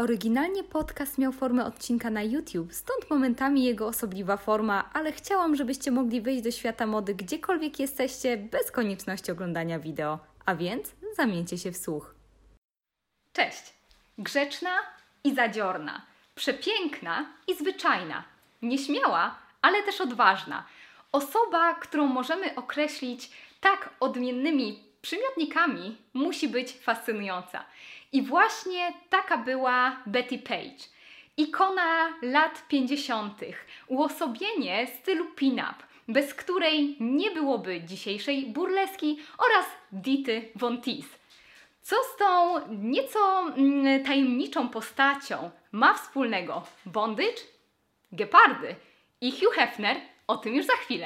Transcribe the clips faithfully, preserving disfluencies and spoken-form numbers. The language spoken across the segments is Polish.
Oryginalnie podcast miał formę odcinka na YouTube, stąd momentami jego osobliwa forma, ale chciałam, żebyście mogli wejść do świata mody gdziekolwiek jesteście, bez konieczności oglądania wideo. A więc zamieńcie się w słuch. Cześć! Grzeczna i zadziorna, przepiękna i zwyczajna, nieśmiała, ale też odważna. Osoba, którą możemy określić tak odmiennymi przymiotnikami, musi być fascynująca. I właśnie taka była Bettie Page. Ikona lat pięćdziesiątych, uosobienie stylu pin-up, bez której nie byłoby dzisiejszej burleski oraz Dity Von Teese. Co z tą nieco mm, tajemniczą postacią ma wspólnego bondage, gepardy i Hugh Hefner? O tym już za chwilę.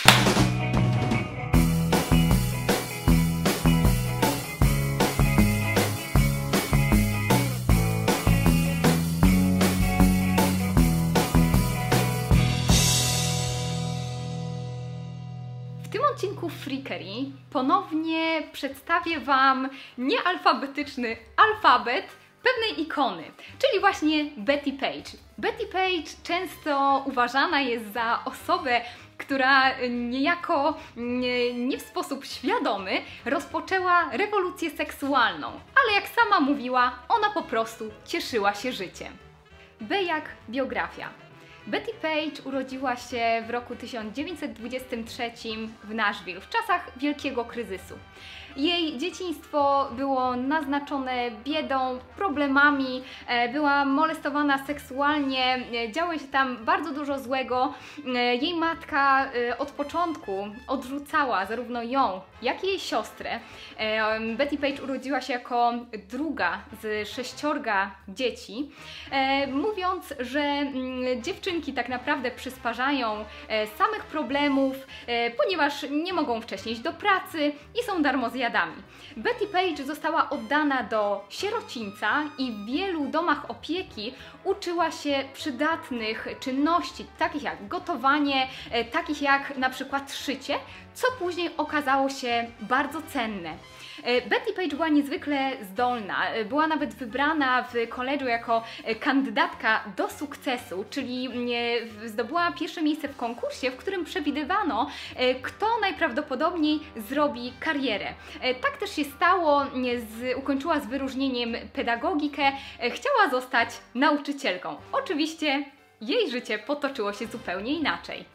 W tym odcinku Freakery ponownie przedstawię Wam niealfabetyczny alfabet pewnej ikony, czyli właśnie Bettie Page. Bettie Page często uważana jest za osobę, która niejako nie, nie w sposób świadomy rozpoczęła rewolucję seksualną, ale jak sama mówiła, ona po prostu cieszyła się życiem. B jak biografia. Bettie Page urodziła się w roku tysiąc dziewięćset dwudziestym trzecim w Nashville, w czasach wielkiego kryzysu. Jej dzieciństwo było naznaczone biedą, problemami, była molestowana seksualnie, działo się tam bardzo dużo złego. Jej matka od początku odrzucała zarówno ją, jak i jej siostrę. Bettie Page urodziła się jako druga z sześciorga dzieci, mówiąc, że dziewczynki tak naprawdę przysparzają samych problemów, ponieważ nie mogą wcześniej iść do pracy i są darmozjadami. Bettie Page została oddana do sierocińca i w wielu domach opieki uczyła się przydatnych czynności, takich jak gotowanie, takich jak na przykład szycie, co później okazało się bardzo cenne. Bettie Page była niezwykle zdolna, była nawet wybrana w college'u jako kandydatka do sukcesu, czyli zdobyła pierwsze miejsce w konkursie, w którym przewidywano, kto najprawdopodobniej zrobi karierę. Tak też się stało, z, ukończyła z wyróżnieniem pedagogikę, chciała zostać nauczycielką. Oczywiście jej życie potoczyło się zupełnie inaczej.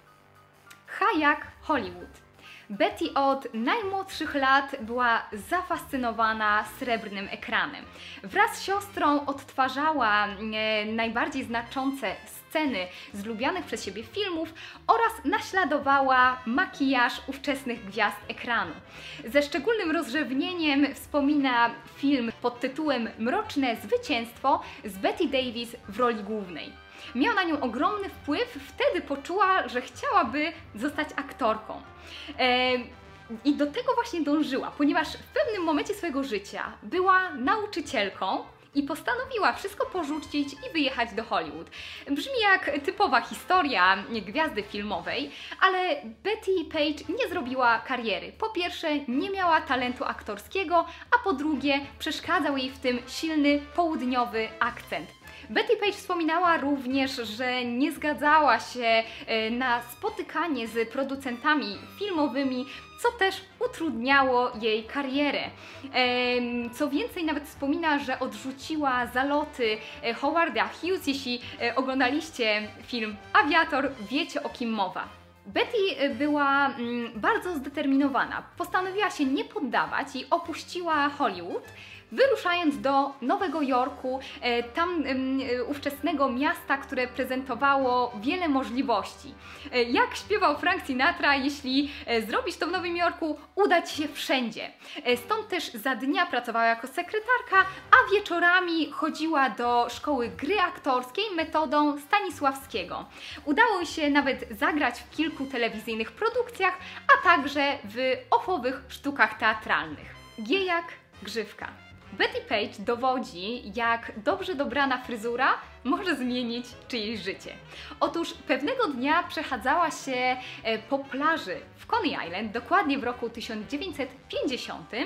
H jak Hollywood. Bettie od najmłodszych lat była zafascynowana srebrnym ekranem. Wraz z siostrą odtwarzała e, najbardziej znaczące sceny z lubianych przez siebie filmów oraz naśladowała makijaż ówczesnych gwiazd ekranu. Ze szczególnym rozrzewnieniem wspomina film pod tytułem Mroczne zwycięstwo z Bette Davis w roli głównej. Miał na nią ogromny wpływ, wtedy poczuła, że chciałaby zostać aktorką. E, I do tego właśnie dążyła, ponieważ w pewnym momencie swojego życia była nauczycielką i postanowiła wszystko porzucić i wyjechać do Hollywood. Brzmi jak typowa historia gwiazdy filmowej, ale Bettie Page nie zrobiła kariery. Po pierwsze, nie miała talentu aktorskiego, a po drugie, przeszkadzał jej w tym silny południowy akcent. Bettie Page wspominała również, że nie zgadzała się na spotykanie z producentami filmowymi, co też utrudniało jej karierę. Co więcej, nawet wspomina, że odrzuciła zaloty Howarda Hughes. Jeśli oglądaliście film Awiator, wiecie, o kim mowa. Bettie była bardzo zdeterminowana. Postanowiła się nie poddawać i opuściła Hollywood, wyruszając do Nowego Jorku, tam ówczesnego miasta, które prezentowało wiele możliwości. Jak śpiewał Frank Sinatra, jeśli zrobisz to w Nowym Jorku, uda Ci się wszędzie. Stąd też za dnia pracowała jako sekretarka, a wieczorami chodziła do szkoły gry aktorskiej metodą Stanisławskiego. Udało się nawet zagrać w kilku telewizyjnych produkcjach, a także w ofowych sztukach teatralnych. G jak grzywka. Betty Page dowodzi, jak dobrze dobrana fryzura może zmienić czyjeś życie. Otóż pewnego dnia przechadzała się po plaży w Coney Island, dokładnie w roku tysiąc dziewięćset pięćdziesiątym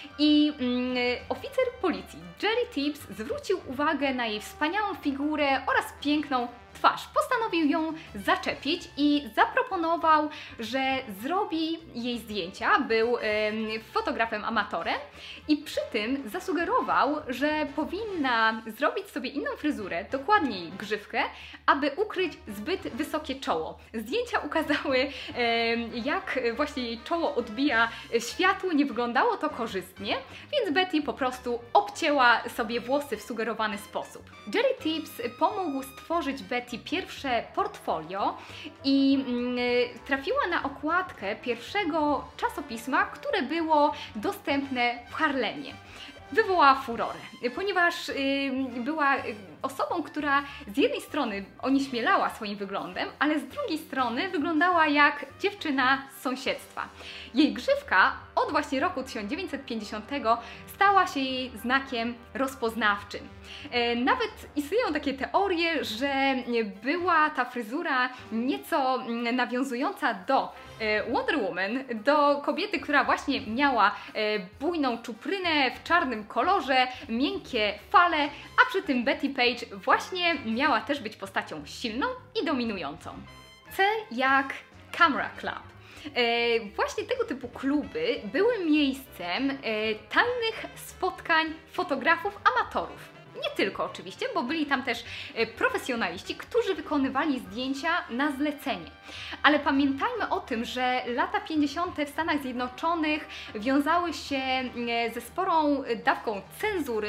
i mm, oficer policji Jerry Tibbs zwrócił uwagę na jej wspaniałą figurę oraz piękną twarz. Postanowił ją zaczepić i zaproponował, że zrobi jej zdjęcia. Był e, fotografem amatorem i przy tym zasugerował, że powinna zrobić sobie inną fryzurę, dokładniej grzywkę, aby ukryć zbyt wysokie czoło. Zdjęcia ukazały, e, jak właśnie jej czoło odbija światło, nie wyglądało to korzystnie, więc Betty po prostu obcięła sobie włosy w sugerowany sposób. Jerry Tibbs pomógł stworzyć Betty pierwsze portfolio i y, trafiła na okładkę pierwszego czasopisma, które było dostępne w Harlemie. Wywołała furorę, ponieważ y, była osobą, która z jednej strony onieśmielała swoim wyglądem, ale z drugiej strony wyglądała jak dziewczyna z sąsiedztwa. Jej grzywka od właśnie roku tysiąc dziewięćset pięćdziesiątego stała się jej znakiem rozpoznawczym. E, nawet istnieją takie teorie, że była ta fryzura nieco nawiązująca do Wonder Woman, do kobiety, która właśnie miała bujną czuprynę w czarnym kolorze, miękkie fale, a przy tym Betty Page właśnie miała też być postacią silną i dominującą. C jak Camera Club. E, właśnie tego typu kluby były miejscem e, tajnych spotkań fotografów amatorów. Nie tylko oczywiście, bo byli tam też profesjonaliści, którzy wykonywali zdjęcia na zlecenie. Ale pamiętajmy o tym, że lata pięćdziesiąte w Stanach Zjednoczonych wiązały się ze sporą dawką cenzury.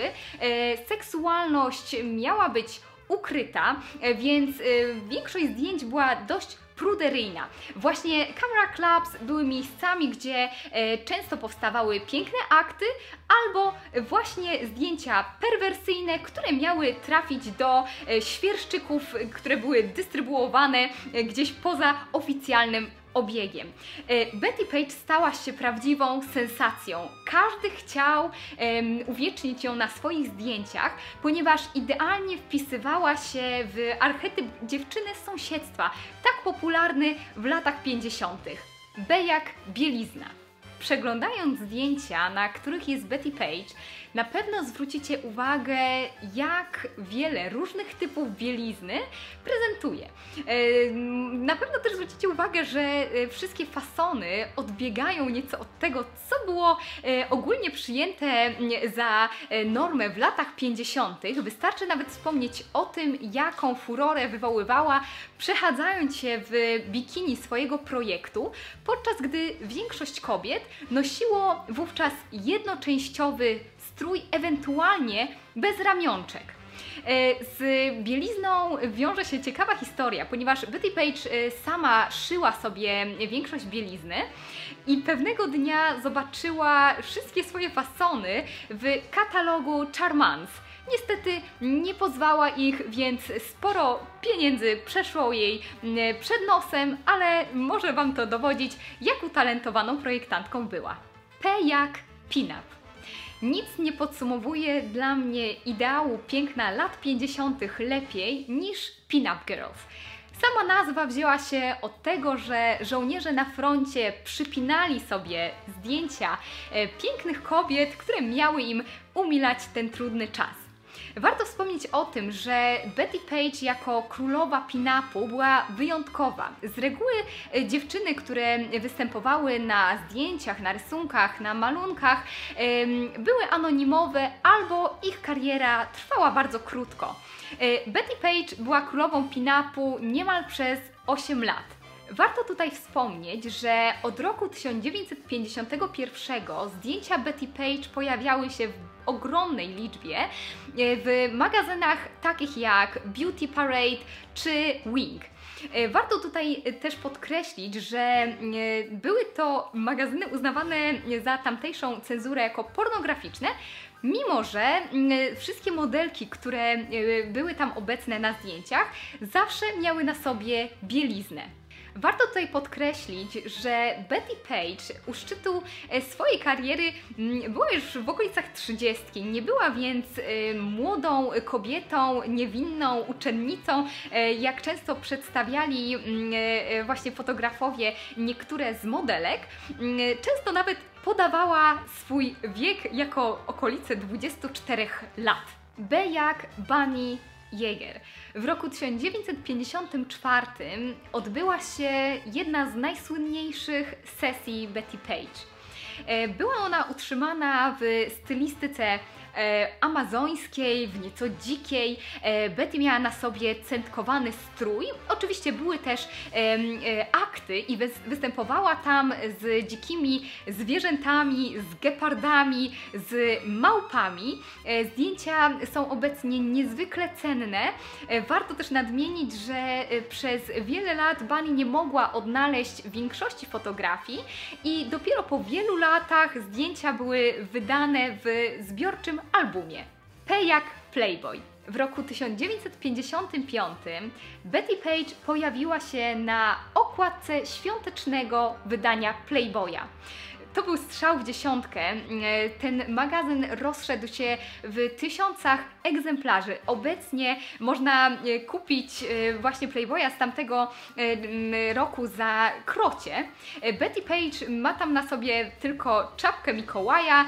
Seksualność miała być ukryta, więc większość zdjęć była dość pruderyjna. Właśnie camera clubs były miejscami, gdzie e, często powstawały piękne akty albo właśnie zdjęcia perwersyjne, które miały trafić do e, świerszczyków, które były dystrybuowane e, gdzieś poza oficjalnym obiegiem. Betty Page stała się prawdziwą sensacją. Każdy chciał um, uwiecznić ją na swoich zdjęciach, ponieważ idealnie wpisywała się w archetyp dziewczyny z sąsiedztwa, tak popularny w latach pięćdziesiątych. B jak bielizna. Przeglądając zdjęcia, na których jest Betty Page, na pewno zwrócicie uwagę, jak wiele różnych typów bielizny prezentuje. Na pewno też zwrócicie uwagę, że wszystkie fasony odbiegają nieco od tego, co było ogólnie przyjęte za normę w latach pięćdziesiątych. Wystarczy nawet wspomnieć o tym, jaką furorę wywoływała, przechadzając się w bikini swojego projektu, podczas gdy większość kobiet nosiło wówczas jednoczęściowy strój, ewentualnie bez ramionczek. Z bielizną wiąże się ciekawa historia, ponieważ Betty Page sama szyła sobie większość bielizny i pewnego dnia zobaczyła wszystkie swoje fasony w katalogu Charmans. Niestety nie pozwała ich, więc sporo pieniędzy przeszło jej przed nosem, ale może Wam to dowodzić, jak utalentowaną projektantką była. P jak pin-up. Nic nie podsumowuje dla mnie ideału piękna lat pięćdziesiątych lepiej niż pin-up girls. Sama nazwa wzięła się od tego, że żołnierze na froncie przypinali sobie zdjęcia pięknych kobiet, które miały im umilać ten trudny czas. Warto wspomnieć o tym, że Betty Page jako królowa pin-upu była wyjątkowa. Z reguły dziewczyny, które występowały na zdjęciach, na rysunkach, na malunkach, były anonimowe albo ich kariera trwała bardzo krótko. Betty Page była królową pin-upu niemal przez osiem lat. Warto tutaj wspomnieć, że od roku tysiąc dziewięćset pięćdziesiątego pierwszego zdjęcia Betty Page pojawiały się w ogromnej liczbie w magazynach takich jak Beauty Parade czy Wing. Warto tutaj też podkreślić, że były to magazyny uznawane za tamtejszą cenzurę jako pornograficzne, mimo że wszystkie modelki, które były tam obecne na zdjęciach, zawsze miały na sobie bieliznę. Warto tutaj podkreślić, że Betty Page u szczytu swojej kariery była już w okolicach trzydziestki. Nie była więc młodą kobietą, niewinną uczennicą, jak często przedstawiali właśnie fotografowie niektóre z modelek. Często nawet podawała swój wiek jako okolice dwudziestu czterech lat. B jak Bunny Yeager. W roku tysiąc dziewięćset pięćdziesiątym czwartym odbyła się jedna z najsłynniejszych sesji Betty Page. Była ona utrzymana w stylistyce amazońskiej, w nieco dzikiej. Betty miała na sobie centkowany strój. Oczywiście były też akty i występowała tam z dzikimi zwierzętami, z gepardami, z małpami. Zdjęcia są obecnie niezwykle cenne. Warto też nadmienić, że przez wiele lat Bunny nie mogła odnaleźć większości fotografii i dopiero po wielu latach zdjęcia były wydane w zbiorczym albumie. P jak Playboy. W roku tysiąc dziewięćset pięćdziesiątym piątym Betty Page pojawiła się na okładce świątecznego wydania Playboya. To był strzał w dziesiątkę. Ten magazyn rozszedł się w tysiącach egzemplarzy. Obecnie można kupić właśnie Playboya z tamtego roku za krocie. Betty Page ma tam na sobie tylko czapkę Mikołaja,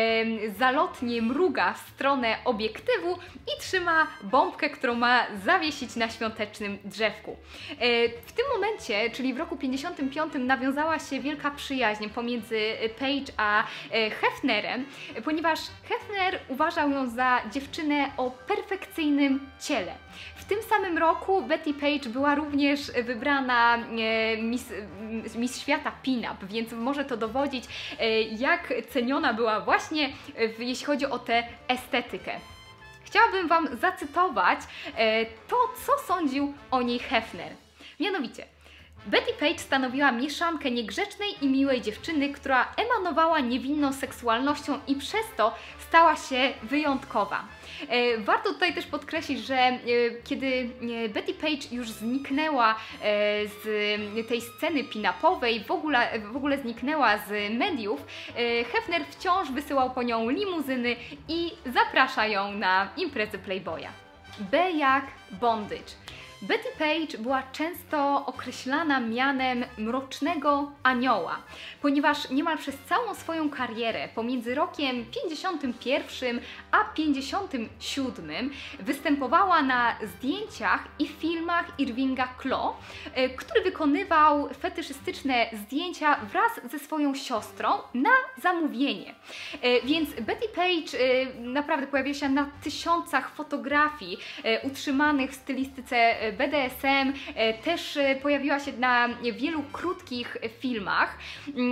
zalotnie mruga w stronę obiektywu i trzyma bombkę, którą ma zawiesić na świątecznym drzewku. W tym momencie, czyli w roku pięćdziesiątym piątym, nawiązała się wielka przyjaźń pomiędzy Page a Hefnerem, ponieważ Hefner uważał ją za dziewczynę o perfekcyjnym ciele. W tym samym roku Betty Page była również wybrana Miss, Miss Świata Pin-Up, więc może to dowodzić, jak ceniona była właśnie, jeśli chodzi o tę estetykę. Chciałabym Wam zacytować to, co sądził o niej Hefner. Mianowicie, Betty Page stanowiła mieszankę niegrzecznej i miłej dziewczyny, która emanowała niewinną seksualnością i przez to stała się wyjątkowa. Warto tutaj też podkreślić, że kiedy Betty Page już zniknęła z tej sceny pin-upowej, w ogóle, w ogóle zniknęła z mediów, Hefner wciąż wysyłał po nią limuzyny i zaprasza ją na imprezy Playboya. B jak Bondage. Betty Page była często określana mianem mrocznego anioła, ponieważ niemal przez całą swoją karierę pomiędzy rokiem pięćdziesiątym pierwszym a pięćdziesiątym siódmym występowała na zdjęciach i filmach Irvinga Klo, który wykonywał fetyszystyczne zdjęcia wraz ze swoją siostrą na zamówienie. Więc Betty Page naprawdę pojawiła się na tysiącach fotografii utrzymanych w stylistyce B D S M, też pojawiła się na wielu krótkich filmach.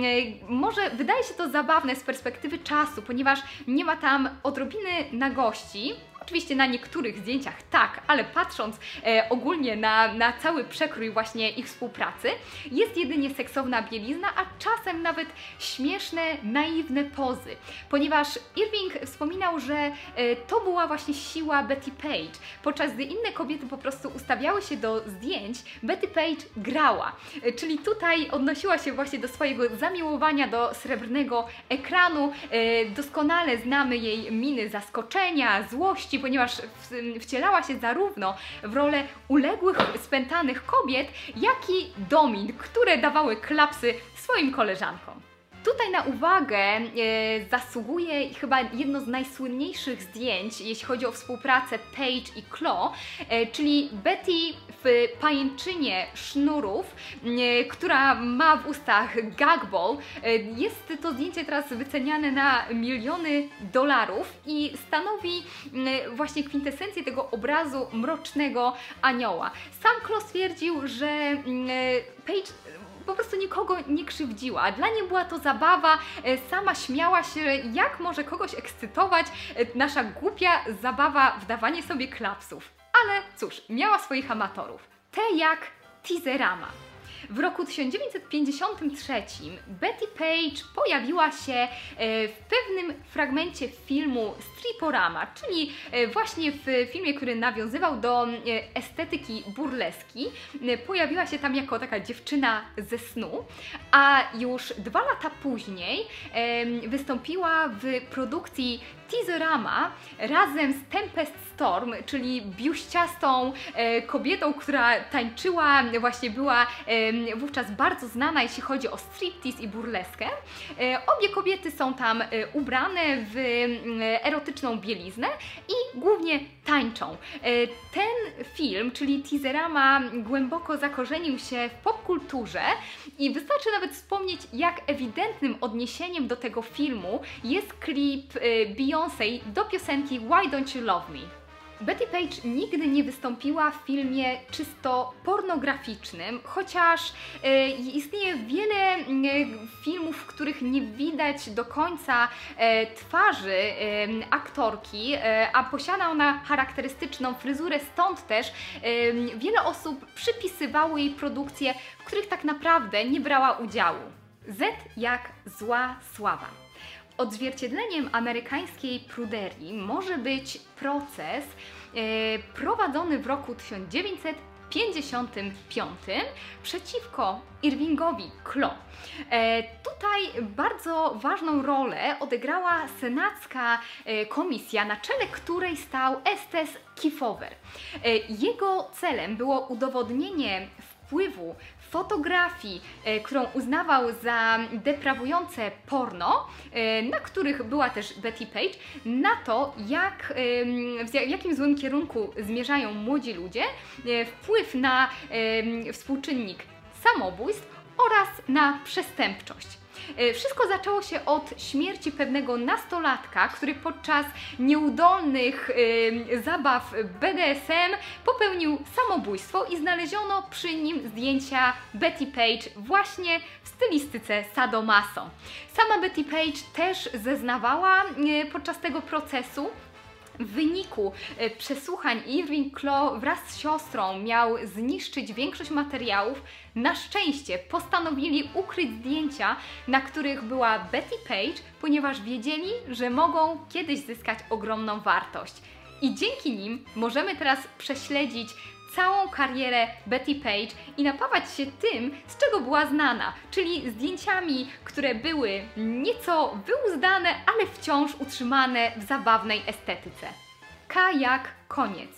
Może wydaje się to zabawne z perspektywy czasu, ponieważ nie ma tam odrobiny nagości. Oczywiście na niektórych zdjęciach tak, ale patrząc e, ogólnie na, na cały przekrój właśnie ich współpracy, jest jedynie seksowna bielizna, a czasem nawet śmieszne, naiwne pozy. Ponieważ Irving wspominał, że e, to była właśnie siła Betty Page. Podczas gdy inne kobiety po prostu ustawiały się do zdjęć, Betty Page grała. E, czyli tutaj odnosiła się właśnie do swojego zamiłowania do srebrnego ekranu. E, doskonale znamy jej miny zaskoczenia, złości, ponieważ wcielała się zarówno w rolę uległych, spętanych kobiet, jak i domin, które dawały klapsy swoim koleżankom. Tutaj na uwagę e, zasługuje chyba jedno z najsłynniejszych zdjęć, jeśli chodzi o współpracę Page i Klo, e, czyli Betty w pajęczynie sznurów, e, która ma w ustach gagball. E, jest to zdjęcie teraz wyceniane na miliony dolarów i stanowi e, właśnie kwintesencję tego obrazu mrocznego anioła. Sam Klo stwierdził, że e, Page po prostu nikogo nie krzywdziła. Dla niej była to zabawa, sama śmiała się, jak może kogoś ekscytować nasza głupia zabawa w dawanie sobie klapsów. Ale cóż, miała swoich amatorów. Te jak Teaserama. W roku tysiąc dziewięćset pięćdziesiątym trzecim Betty Page pojawiła się w pewnym fragmencie filmu Striporama, czyli właśnie w filmie, który nawiązywał do estetyki burleski. Pojawiła się tam jako taka dziewczyna ze snu, a już dwa lata później wystąpiła w produkcji Teaserama razem z Tempest Storm, czyli biuściastą e, kobietą, która tańczyła, właśnie była e, wówczas bardzo znana, jeśli chodzi o striptease i burleskę. E, obie kobiety są tam e, ubrane w e, erotyczną bieliznę i głównie tańczą. E, ten film, czyli Teaserama, głęboko zakorzenił się w popkulturze i wystarczy nawet wspomnieć, jak ewidentnym odniesieniem do tego filmu jest klip e, Beyoncé do piosenki Why Don't You Love Me? Betty Page nigdy nie wystąpiła w filmie czysto pornograficznym, chociaż e, istnieje wiele e, filmów, w których nie widać do końca e, twarzy e, aktorki, e, a posiada ona charakterystyczną fryzurę, stąd też e, wiele osób przypisywało jej produkcje, w których tak naprawdę nie brała udziału. Z jak zła sława. Odzwierciedleniem amerykańskiej pruderii może być proces e, prowadzony w roku tysiąc dziewięćset pięćdziesiątym piątym przeciwko Irvingowi Klo. E, tutaj bardzo ważną rolę odegrała senacka e, komisja, na czele której stał Estes Kefauver. E, jego celem było udowodnienie wpływu fotografii, e, którą uznawał za deprawujące porno, e, na których była też Betty Page, na to, jak, e, w jakim złym kierunku zmierzają młodzi ludzie, e, wpływ na e, współczynnik samobójstw oraz na przestępczość. Wszystko zaczęło się od śmierci pewnego nastolatka, który podczas nieudolnych y, zabaw B D S M popełnił samobójstwo i znaleziono przy nim zdjęcia Betty Page właśnie w stylistyce sadomaso. Sama Betty Page też zeznawała y, podczas tego procesu. W wyniku przesłuchań Irving Klo wraz z siostrą miał zniszczyć większość materiałów. Na szczęście postanowili ukryć zdjęcia, na których była Betty Page, ponieważ wiedzieli, że mogą kiedyś zyskać ogromną wartość. I dzięki nim możemy teraz prześledzić całą karierę Betty Page i napawać się tym, z czego była znana, czyli zdjęciami, które były nieco wyuzdane, ale wciąż utrzymane w zabawnej estetyce. K jak koniec.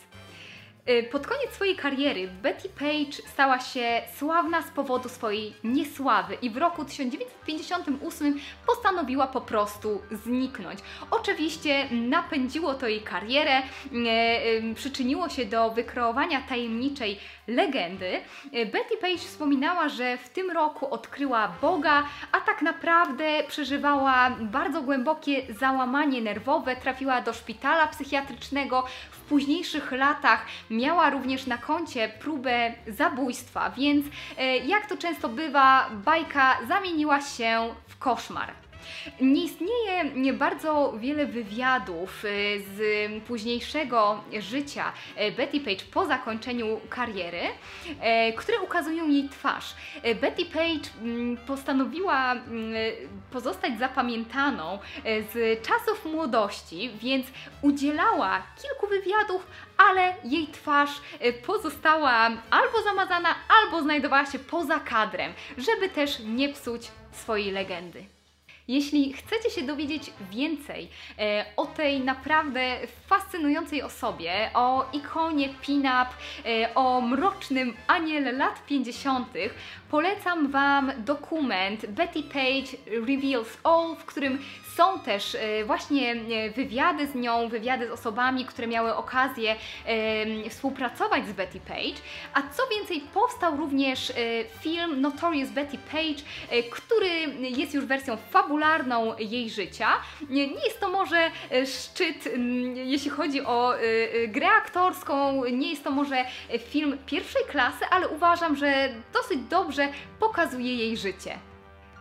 Pod koniec swojej kariery Betty Page stała się sławna z powodu swojej niesławy i w roku tysiąc dziewięćset pięćdziesiątym ósmym postanowiła po prostu zniknąć. Oczywiście napędziło to jej karierę, e, e, przyczyniło się do wykreowania tajemniczej legendy. Betty Page wspominała, że w tym roku odkryła Boga, a tak naprawdę przeżywała bardzo głębokie załamanie nerwowe, trafiła do szpitala psychiatrycznego. W późniejszych latach miała również na koncie próbę zabójstwa, więc jak to często bywa, bajka zamieniła się w koszmar. Nie istnieje bardzo wiele wywiadów z późniejszego życia Betty Page po zakończeniu kariery, które ukazują jej twarz. Betty Page postanowiła pozostać zapamiętaną z czasów młodości, więc udzielała kilku wywiadów, ale jej twarz pozostała albo zamazana, albo znajdowała się poza kadrem, żeby też nie psuć swojej legendy. Jeśli chcecie się dowiedzieć więcej e, o tej naprawdę fascynującej osobie, o ikonie pin-up, e, o mrocznym aniele lat pięćdziesiątych, polecam Wam dokument Betty Page Reveals All, w którym są też e, właśnie wywiady z nią, wywiady z osobami, które miały okazję e, współpracować z Betty Page. A co więcej, powstał również e, film Notorious Betty Page, e, który jest już wersją fabularną jej życia. Nie jest to może szczyt, jeśli chodzi o grę aktorską, nie jest to może film pierwszej klasy, ale uważam, że dosyć dobrze pokazuje jej życie.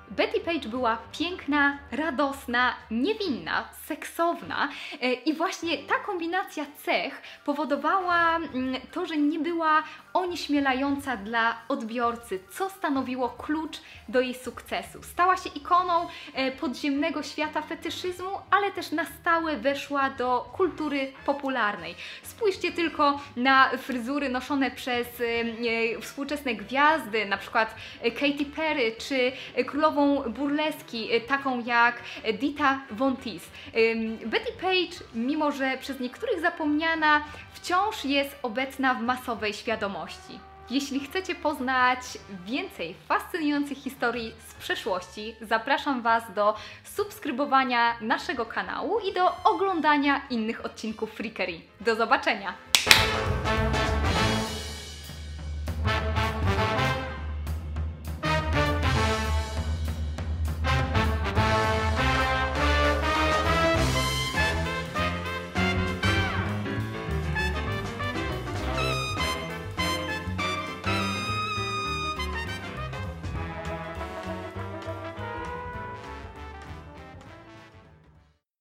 Betty Page była piękna, radosna, niewinna, seksowna i właśnie ta kombinacja cech powodowała to, że nie była onieśmielająca dla odbiorcy, co stanowiło klucz do jej sukcesu. Stała się ikoną podziemnego świata fetyszyzmu, ale też na stałe weszła do kultury popularnej. Spójrzcie tylko na fryzury noszone przez współczesne gwiazdy, na przykład Katy Perry czy królową burleski, taką jak Dita Von Teese. Betty Page, mimo że przez niektórych zapomniana, wciąż jest obecna w masowej świadomości. Jeśli chcecie poznać więcej fascynujących historii z przeszłości, zapraszam Was do subskrybowania naszego kanału i do oglądania innych odcinków Freakery. Do zobaczenia!